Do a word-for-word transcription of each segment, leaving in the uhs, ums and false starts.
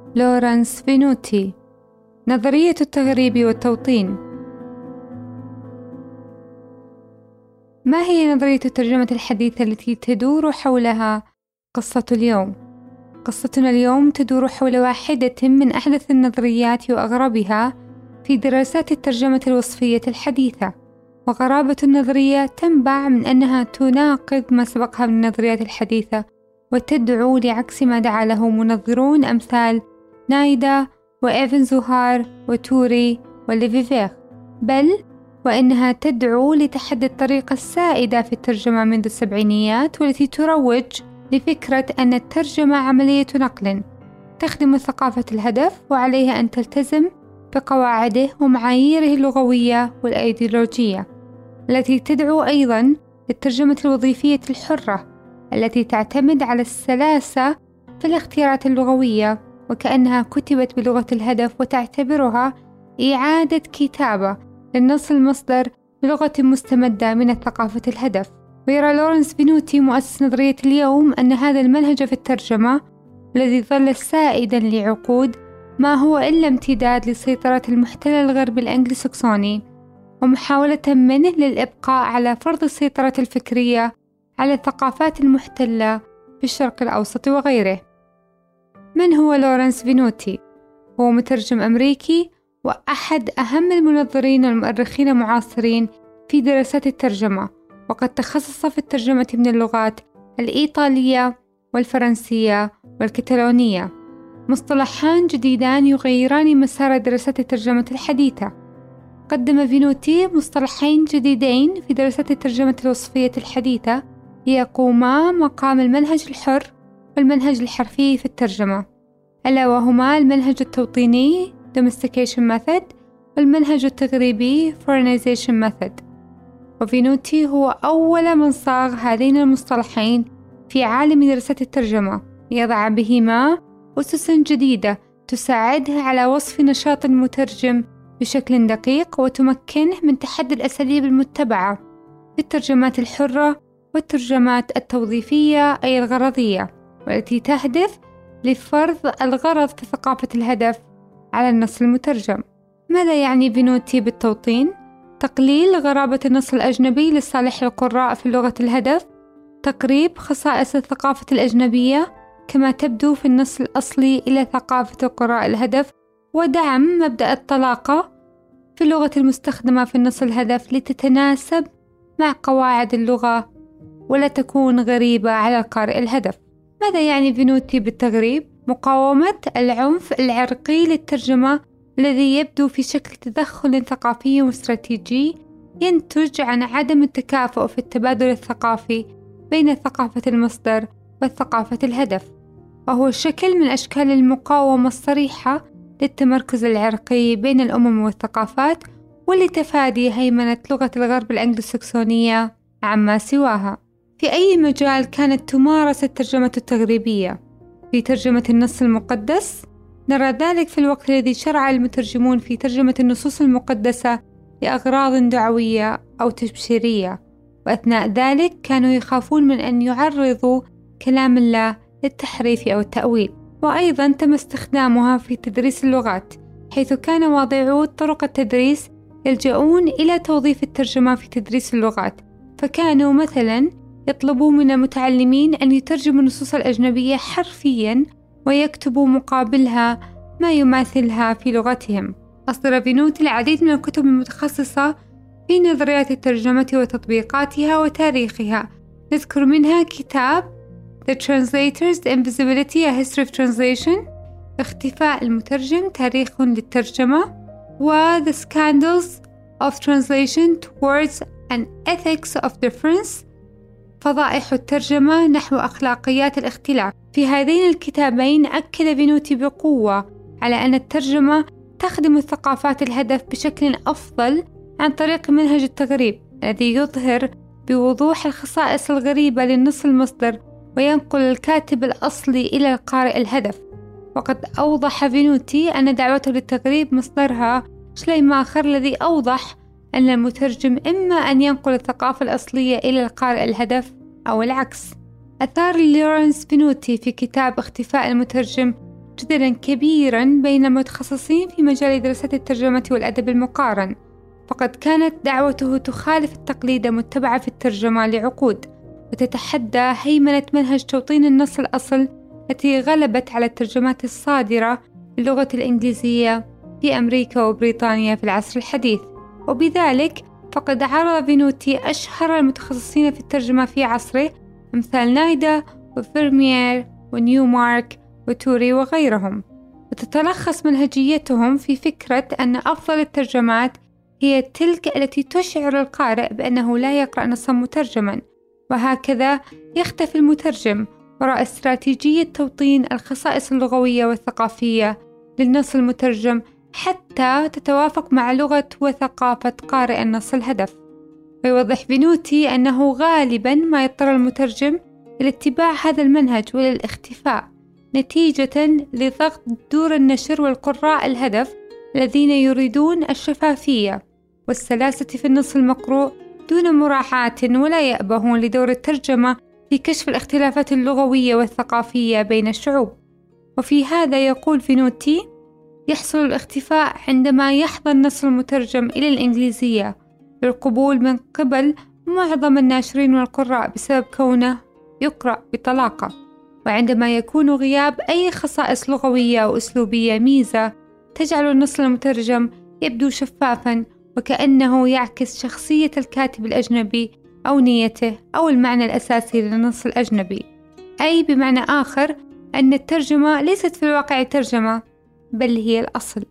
لورنس فينوتي. نظرية التغريب والتوطين. ما هي نظرية الترجمة الحديثة التي تدور حولها قصة اليوم؟ قصتنا اليوم تدور حول واحدة من أحدث النظريات وأغربها في دراسات الترجمة الوصفية الحديثة، وغرابة النظرية تنبع من أنها تناقض ما سبقها من النظريات الحديثة، وتدعو لعكس ما دعا له منظرون أمثال نايدا وإيفن زوهار وتوري وليفيفير، بل وإنها تدعو لتحدي الطريقة السائدة في الترجمة منذ السبعينيات، والتي تروج لفكرة أن الترجمة عملية نقل تخدم ثقافة الهدف، وعليها أن تلتزم بقواعده ومعاييره اللغوية والأيديولوجية، التي تدعو أيضاً للترجمة الوظيفية الحرة التي تعتمد على السلاسة في الاختيارات اللغوية، وكأنها كتبت بلغة الهدف، وتعتبرها إعادة كتابة للنص المصدر بلغة مستمدة من ثقافة الهدف. ويرى لورنس فينوتي مؤسس نظرية اليوم أن هذا المنهج في الترجمة الذي ظل سائدا لعقود ما هو إلا امتداد لسيطرة المحتل الغربي الأنجلوساكسوني، ومحاولة منه للإبقاء على فرض السيطرة الفكرية على الثقافات المحتلة في الشرق الأوسط وغيره. من هو لورنس فينوتي؟ هو مترجم أمريكي وأحد أهم المنظرين والمؤرخين المعاصرين في دراسات الترجمة، وقد تخصص في الترجمة من اللغات الإيطالية والفرنسية والكتالونية، مصطلحان جديدان يغيران مسار دراسات الترجمة الحديثة. قدم فينوتي مصطلحين جديدين في دراسات الترجمة الوصفية الحديثة يقوما مقام المنهج الحر والمنهج الحرفي في الترجمة، ألا وهما المنهج التوطيني domestication method والمنهج التغريبي foreignization method. وفينوتي هو أول من صاغ هذين المصطلحين في عالم دراسات الترجمة، يضع بهما أسس جديدة تساعده على وصف نشاط المترجم بشكل دقيق، وتمكنه من تحدي الأساليب المتبعة في الترجمات الحرة والترجمات التوظيفية أي الغرضية، والتي تهدف لفرض الغرض في ثقافة الهدف على النص المترجم. ماذا يعني فينوتي بالتوطين؟ تقليل غرابة النص الأجنبي لصالح القراء في لغة الهدف، تقريب خصائص الثقافة الأجنبية كما تبدو في النص الأصلي إلى ثقافة قراء الهدف، ودعم مبدأ الطلاقة في اللغة المستخدمة في النص الهدف لتتناسب مع قواعد اللغة ولا تكون غريبة على القارئ الهدف. ماذا يعني فينوتي بالتغريب؟ مقاومة العنف العرقي للترجمة الذي يبدو في شكل تدخل ثقافي واستراتيجي ينتج عن عدم التكافؤ في التبادل الثقافي بين ثقافة المصدر وثقافة الهدف، وهو شكل من أشكال المقاومة الصريحة للتمركز العرقي بين الأمم والثقافات، ولتفادي هيمنة لغة الغرب الأنجلوساكسونية عما سواها. في أي مجال كانت تمارس الترجمة التغريبية؟ في ترجمة النص المقدس؟ نرى ذلك في الوقت الذي شرع المترجمون في ترجمة النصوص المقدسة لأغراض دعوية أو تبشيرية، وأثناء ذلك كانوا يخافون من أن يعرضوا كلام الله للتحريف أو التأويل. وأيضا تم استخدامها في تدريس اللغات، حيث كان واضعو طرق التدريس يلجؤون إلى توظيف الترجمة في تدريس اللغات، فكانوا مثلا يطلبوا من المتعلمين أن يترجموا النصوص الأجنبية حرفيا ويكتبوا مقابلها ما يماثلها في لغتهم. أصدر فينوتي العديد من الكتب المتخصصة في نظريات الترجمة وتطبيقاتها وتاريخها، نذكر منها كتاب The Translator's Invisibility: A History of Translation، اختفاء المترجم تاريخ للترجمة، و The Scandals of Translation Towards an Ethics of Difference، فضائح الترجمة نحو أخلاقيات الاختلاف. في هذين الكتابين أكد فينوتي بقوة على أن الترجمة تخدم الثقافات الهدف بشكل أفضل عن طريق منهج التغريب الذي يظهر بوضوح الخصائص الغريبة للنص المصدر وينقل الكاتب الأصلي إلى القارئ الهدف. وقد أوضح فينوتي أن دعوته للتغريب مصدرها شليماخر، الذي أوضح أن المترجم إما أن ينقل الثقافة الأصلية إلى القارئ الهدف أو العكس. أثار لورنس فينوتي في كتاب اختفاء المترجم جدلاً كبيراً بين المتخصصين في مجال دراسة الترجمة والأدب المقارن، فقد كانت دعوته تخالف التقليد المتبع في الترجمة لعقود، وتتحدى هيمنة منهج توطين النص الأصل التي غلبت على الترجمات الصادرة باللغة الإنجليزية في أمريكا وبريطانيا في العصر الحديث. وبذلك فقد عرض فينوتي أشهر المتخصصين في الترجمة في عصره أمثال نايدا وفيرميير ونيومارك وتوري وغيرهم، وتتلخص منهجيتهم في فكرة أن أفضل الترجمات هي تلك التي تشعر القارئ بأنه لا يقرأ نصاً مترجماً، وهكذا يختفي المترجم وراء استراتيجية توطين الخصائص اللغوية والثقافية للنص المترجم حتى تتوافق مع لغة وثقافة قارئ النص الهدف. ويوضح فينوتي أنه غالباً ما يضطر المترجم إلى اتباع هذا المنهج وللاختفاء نتيجة لضغط دور النشر والقراء الهدف الذين يريدون الشفافية والسلاسة في النص المقروء دون مراعاة ولا يأبهون لدور الترجمة في كشف الاختلافات اللغوية والثقافية بين الشعوب. وفي هذا يقول فينوتي: يحصل الاختفاء عندما يحظى النص المترجم إلى الإنجليزية بالقبول من قبل معظم الناشرين والقراء بسبب كونه يقرأ بطلاقة، وعندما يكون غياب أي خصائص لغوية أو أسلوبية ميزة تجعل النص المترجم يبدو شفافاً وكأنه يعكس شخصية الكاتب الأجنبي أو نيته أو المعنى الأساسي للنص الأجنبي، أي بمعنى آخر أن الترجمة ليست في الواقع ترجمة بل هي الأصل.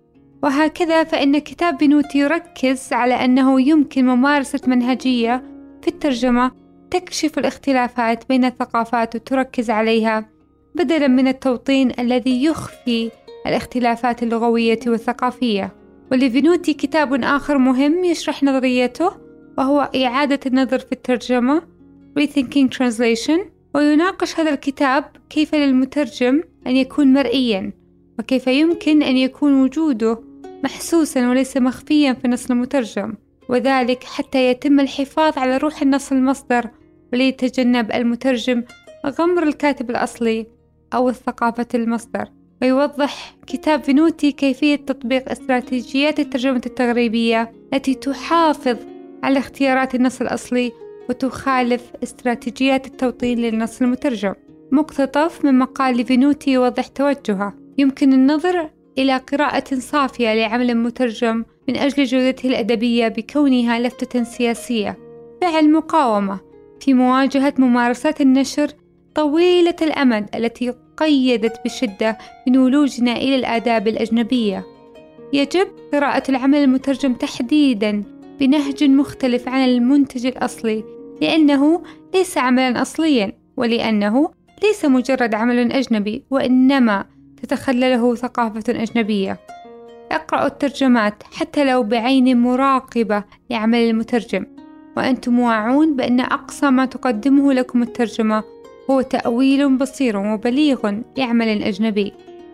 وهكذا فإن كتاب فينوتي يركز على أنه يمكن ممارسة منهجية في الترجمة تكشف الاختلافات بين الثقافات وتركز عليها بدلاً من التوطين الذي يخفي الاختلافات اللغوية والثقافية. ولفينوتي كتاب آخر مهم يشرح نظريته، وهو إعادة النظر في الترجمة Rethinking Translation، ويناقش هذا الكتاب كيف للمترجم أن يكون مرئياً، وكيف يمكن أن يكون وجوده محسوساً وليس مخفياً في النص المترجم، وذلك حتى يتم الحفاظ على روح النص المصدر وليتجنب المترجم غمر الكاتب الأصلي أو الثقافة المصدر. ويوضح كتاب فينوتي كيفية تطبيق استراتيجيات الترجمة التغريبية التي تحافظ على اختيارات النص الأصلي وتخالف استراتيجيات التوطين للنص المترجم. مقتطف من مقال فينوتي يوضح توجهه: يمكن النظر إلى قراءة صافية لعمل مترجم من أجل جودته الأدبية بكونها لفتة سياسية، فعل مقاومة في مواجهة ممارسات النشر طويلة الأمد التي قيدت بشدة من ولوجنا إلى الآداب الأجنبية. يجب قراءة العمل المترجم تحديداً بنهج مختلف عن المنتج الأصلي، لأنه ليس عملاً أصلياً، ولأنه ليس مجرد عمل أجنبي، وإنما تتخلله ثقافة أجنبية. اقرأوا الترجمات حتى لو بعين مراقبة لعمل المترجم، وأنتم واعون بأن أقصى ما تقدمه لكم الترجمة هو تأويل بصير وبليغ لعمل أجنبي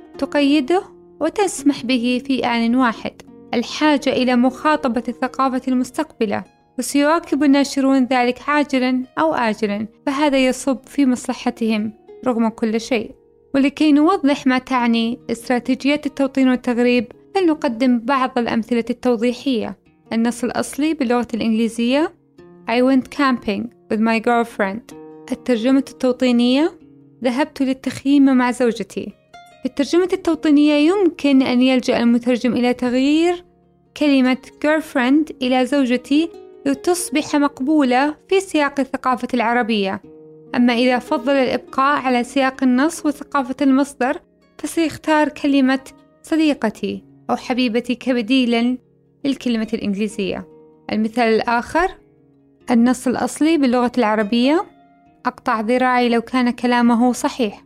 تقيده وتسمح به في آن واحد. الحاجة إلى مخاطبة الثقافة المستقبلة، وسيواكب الناشرون ذلك عاجلا أو آجلا، فهذا يصب في مصلحتهم رغم كل شيء. ولكي نوضح ما تعني استراتيجيات التوطين والتغريب فلنقدم بعض الأمثلة التوضيحية. النص الأصلي باللغة الإنجليزية I went camping with my girlfriend. الترجمة التوطينية ذهبت للتخييم مع زوجتي. في الترجمة التوطينية يمكن أن يلجأ المترجم إلى تغيير كلمة girlfriend إلى زوجتي لتصبح مقبولة في سياق الثقافة العربية. أما إذا فضل الإبقاء على سياق النص وثقافة المصدر فسيختار كلمة صديقتي أو حبيبتي كبديلا للكلمة الإنجليزية. المثال الآخر: النص الأصلي باللغة العربية أقطع ذراعي لو كان كلامه صحيح.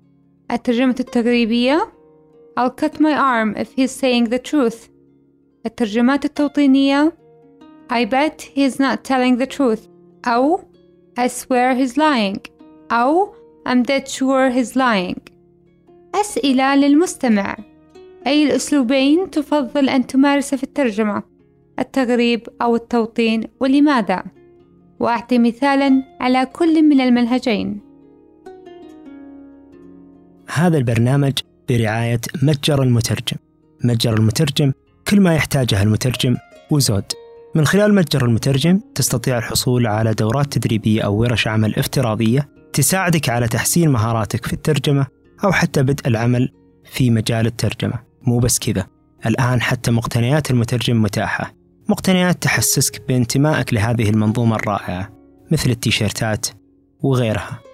الترجمة التغريبية I'll cut my arm if he's saying the truth. الترجمات التوطينية I bet he's not telling the truth، أو I swear he's lying، أو I'm dead sure he's lying. أسئلة للمستمع: أي الأسلوبين تفضل أن تمارس في الترجمة، التغريب أو التوطين، ولماذا؟ وأعطي مثالا على كل من المنهجين. هذا البرنامج برعاية متجر المترجم. متجر المترجم كل ما يحتاجه المترجم وزود. من خلال متجر المترجم تستطيع الحصول على دورات تدريبية أو ورش عمل افتراضية تساعدك على تحسين مهاراتك في الترجمة أو حتى بدء العمل في مجال الترجمة. مو بس كذا، الآن حتى مقتنيات المترجم متاحة، مقتنيات تحسسك بانتمائك لهذه المنظومة الرائعة مثل التيشيرتات وغيرها.